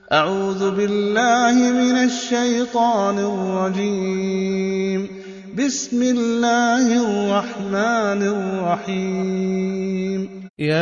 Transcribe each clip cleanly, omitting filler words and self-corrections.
أعوذ بالله من الشيطان الرجيم. بسم الله الرحمن الرحيم.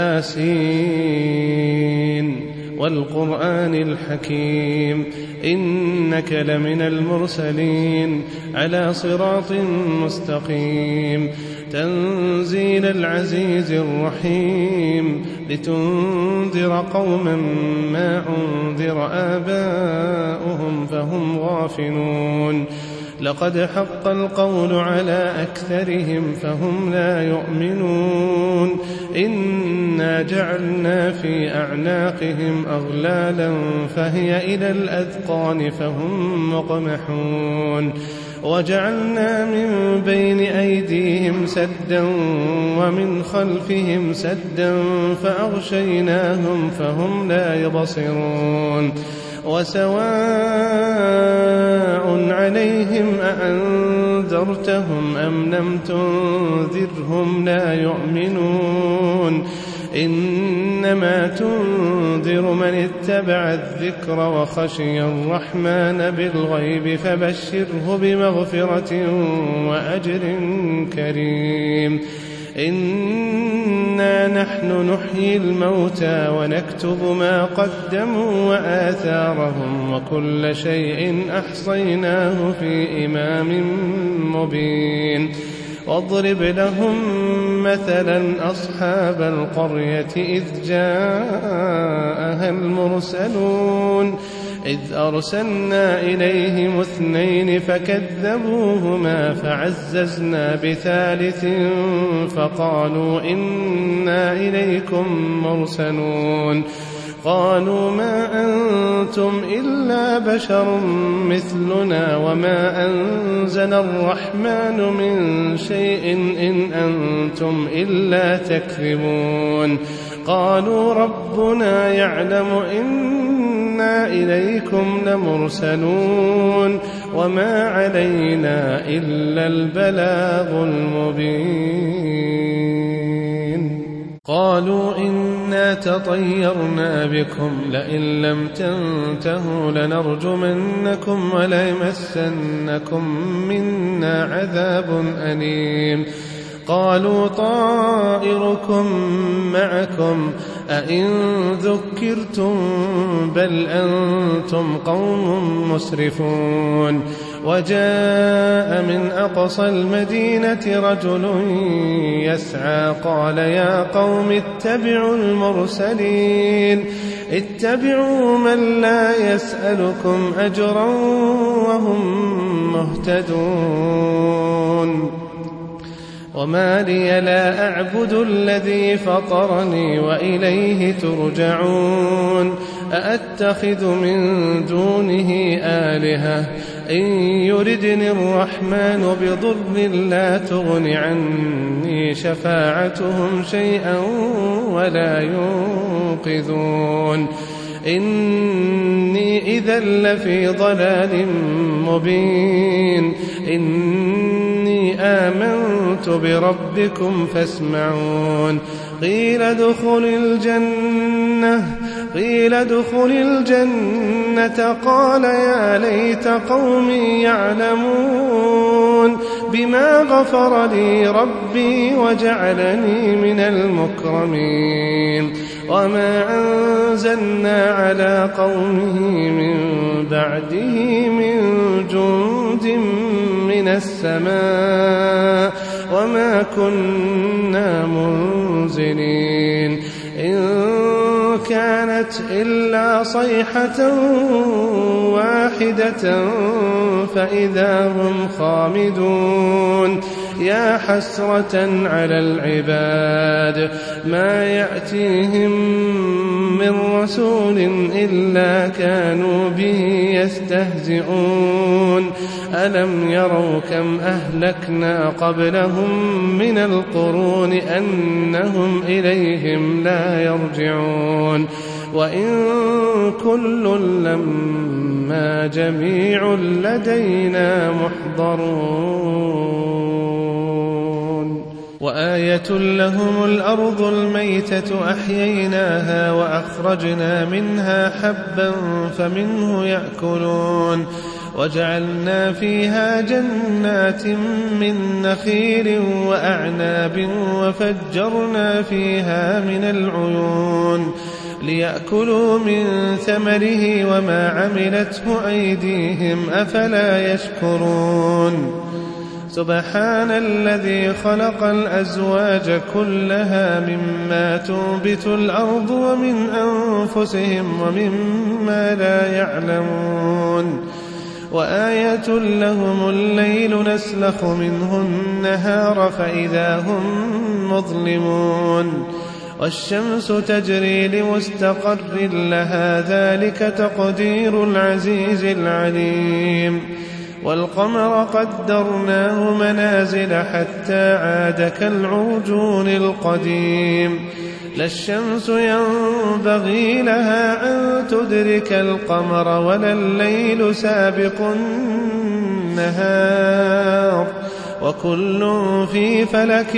ياسين والقرآن الحكيم إنك لمن المرسلين على صراط مستقيم تنزيل العزيز الرحيم لتنذر قوما ما أنذر آباؤهم فهم غافلون لقد حق القول على أكثرهم فهم لا يؤمنون إنا جعلنا في أعناقهم أغلالا فهي إلى الأذقان فهم مقمحون وجعلنا من بين أيديهم سدا ومن خلفهم سدا فأغشيناهم فهم لا يبصرون وسواء عليهم أأنذرتهم أم لم تنذرهم لا يؤمنون إنما تنذر من اتبع الذكر وخشي الرحمن بالغيب فبشره بمغفرة وأجر كريم إنا نحن نحيي الموتى ونكتب ما قدموا وآثارهم وكل شيء أحصيناه في إمام مبين واضرب لهم مثلا أصحاب القرية إذ جاءها المرسلون إذ أرسلنا إليهم 2 فكذبوهما فعززنا بثالث فقالوا إنا إليكم مرسلون قالوا ما أنتم إلا بشر مثلنا وما أنزل الرحمن من شيء إن أنتم إلا تكذبون قالوا ربنا يعلم إنا إليكم لمرسلون وما علينا إلا البلاغ المبين قالوا إنا تطيرنا بكم لئن لم تنتهوا لنرجمنكم وليمسنكم منا عذاب أليم قالوا طائركم معكم أئن ذكرتم بل أنتم قوم مسرفون وجاء من أقصى المدينة رجل يسعى قال يا قوم اتبعوا المرسلين اتبعوا من لا يسألكم أجرا وهم مهتدون وما لي لا أعبد الذي فطرني وإليه ترجعون أأتخذ من دونه آلهة إن يردني الرحمن بضر لا تغن عني شفاعتهم شيئا ولا ينقذون إني إذا لفي ضلال مبين إني آمنت بربكم فاسمعون قيل ادخل الجنة قال يا ليت قومي يعلمون بما غفر لي ربي وجعلني من المكرمين وما أنزلنا على قومه من بعده من جند من السماء وما كنا منزلين إن كانت إلا صيحة واحدة فإذا هم خامدون يا حسرة على العباد ما يأتيهم من رسول إلا كانوا به يستهزئون ألم يروا كم أهلكنا قبلهم من القرون أنهم إليهم لا يرجعون وإن كل لما جميع لدينا محضرون وآية لهم الأرض الميتة أحييناها وأخرجنا منها حبا فمنه يأكلون وجعلنا فيها جنات من نخيل وأعناب وفجرنا فيها من العيون ليأكلوا من ثمره وما عملته أيديهم أفلا يشكرون سبحان الذي خلق الأزواج كلها مما تنبت الأرض ومن أنفسهم ومما لا يعلمون وآية لهم الليل نسلخ منه النهار فإذا هم مظلمون والشمس تجري لمستقر لها ذلك تقدير العزيز العليم والقمر قدرناه منازل حتى عاد كالعرجون القديم لا الشمس ينبغي لها أن تدرك القمر ولا الليل سابق النهار وكل في فلك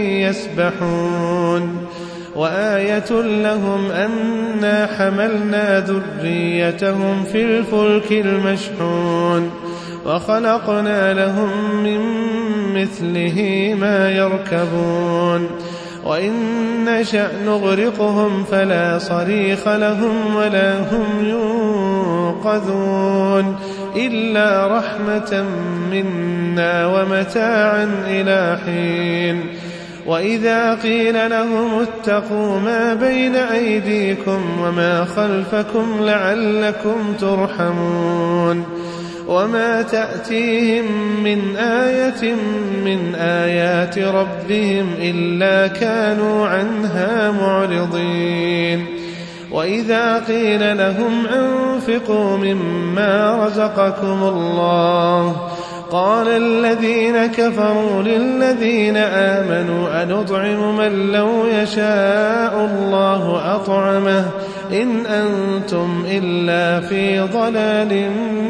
يسبحون وآية لهم أنا حملنا ذريتهم في الفلك المشحون وخلقنا لهم من مثله ما يركبون وإن نشأ نغرقهم فلا صريخ لهم ولا هم ينقذون إلا رحمة منا ومتاعا إلى حين وإذا قيل لهم اتقوا ما بين أيديكم وما خلفكم لعلكم ترحمون وما تأتيهم من آية من آيات ربهم إلا كانوا عنها معرضين وإذا قيل لهم أنفقوا مما رزقكم الله قال الذين كفروا للذين آمنوا أنطعم من لو يشاء الله أطعمه إن أنتم إلا في ضلال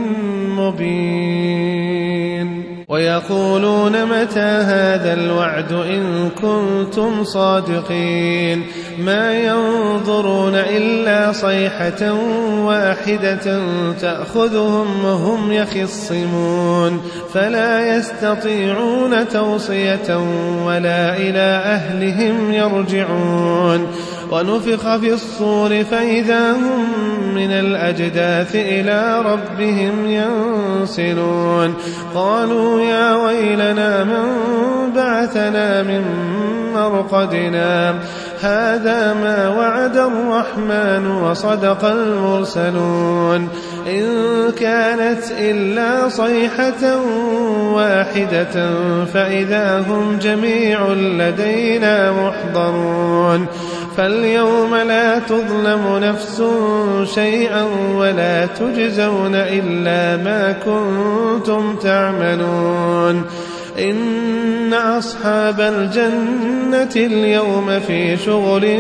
مبين ويقولون متى هذا الوعد إن كنتم صادقين ما ينظرون إلا صيحة واحدة تأخذهم وهم يخصمون فلا يستطيعون توصية ولا إلى أهلهم يرجعون ونفخ في الصور فإذا هم من الأجداث إلى ربهم ينسلون قالوا يا ويلنا من بعثنا من مرقدنا هذا ما وعد الرحمن وصدق المرسلون إن كانت إلا صيحة واحدة فإذا هم جميع لدينا محضرون فاليوم لا تظلم نفس شيئا ولا تجزون إلا ما كنتم تعملون إن أصحاب الجنة اليوم في شغل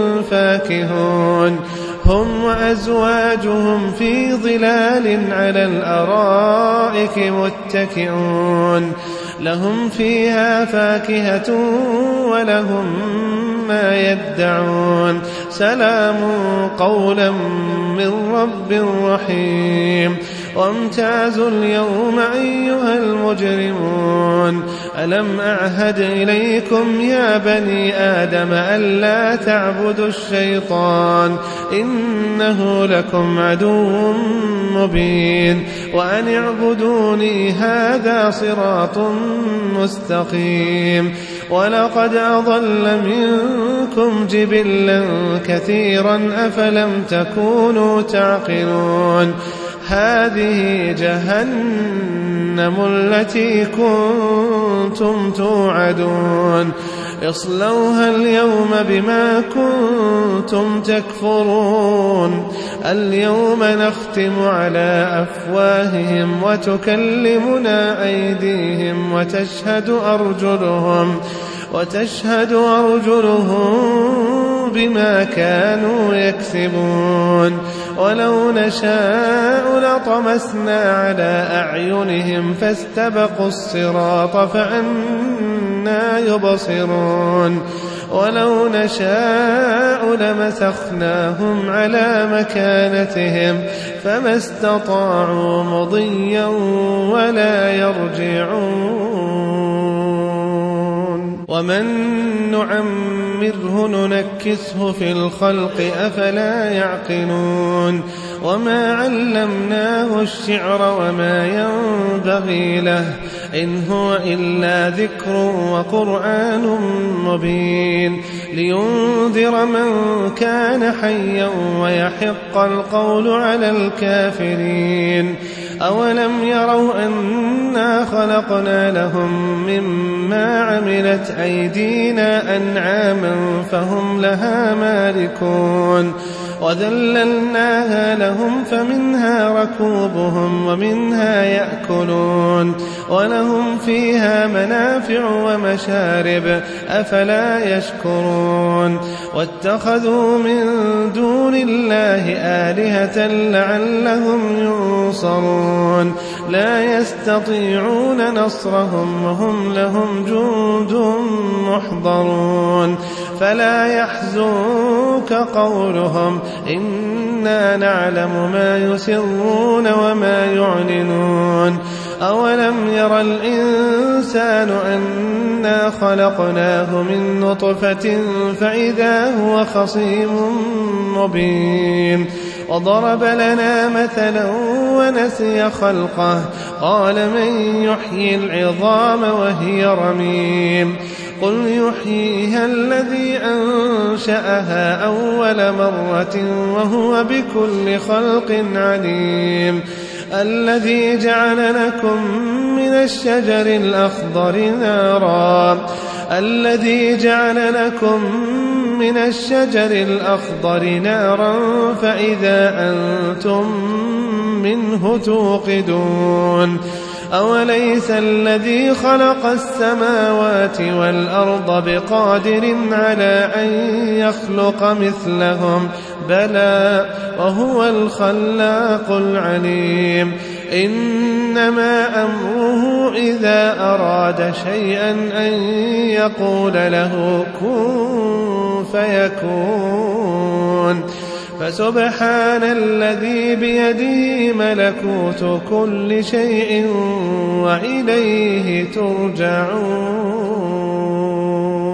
فاكهون هم وأزواجهم في ظلال على الأرائك متكئون لهم فيها فاكهة ولهم ما يدعون سلام قولا من رب رحيم وامتازوا اليوم أيها المجرمون ألم أعهد إليكم يا بني آدم ألا تعبدوا الشيطان إنه لكم عدو مبين وأن اعبدوني هذا صراط مستقيم ولقد أضل منكم جبلا كثيرا أفلم تكونوا تعقلون هذه جهنم التي كنتم توعدون اصلوها اليوم بما كنتم تكفرون اليوم نختم على أفواههم وتكلمنا أيديهم وتشهد أرجلهم بما كانوا يكسبون ولو نشاء لطمسنا على أعينهم فاستبقوا الصراط فأنى يبصرون ولو نشاء لمسخناهم على مكانتهم فما استطاعوا مضيا ولا يرجعون ومن نعمره ننكسه في الخلق أفلا يعقلون وما علمناه الشعر وما ينبغي له إن هو إلا ذكر وقرآن مبين لينذر من كان حيا ويحق القول على الكافرين أولم يروا أنا خلقنا لهم مما عملت أيدينا أنعاما فهم لها مالكون وذللناها لهم فمنها ركوبهم ومنها يأكلون ولهم فيها منافع ومشارب أفلا يشكرون واتخذوا من دون الله آلهة لعلهم ينصرون لا يستطيعون نصرهم وهم لهم جند محضرون فلا يحزنك قولهم إنا نعلم ما يسرون وما يعلنون أولم ير الإنسان أنا خلقناه من نطفة فإذا هو خصيم مبين وضرب لنا مثلا ونسي خلقه قال من يحيي العظام وهي رميم قل يحييها الذي أنشأها أول مرة وهو بكل خلق عليم الذي جعل لكم من الشجر الأخضر نارا فإذا أنتم منه توقدون أوليس الذي خلق السماوات والأرض بقادر على أن يخلق مثلهم بلى وهو الخلاق العليم إنما أمره إذا أراد شيئا أن يقول له كن فيكون فسبحان الذي بيده ملكوت كل شيء وإليه ترجعون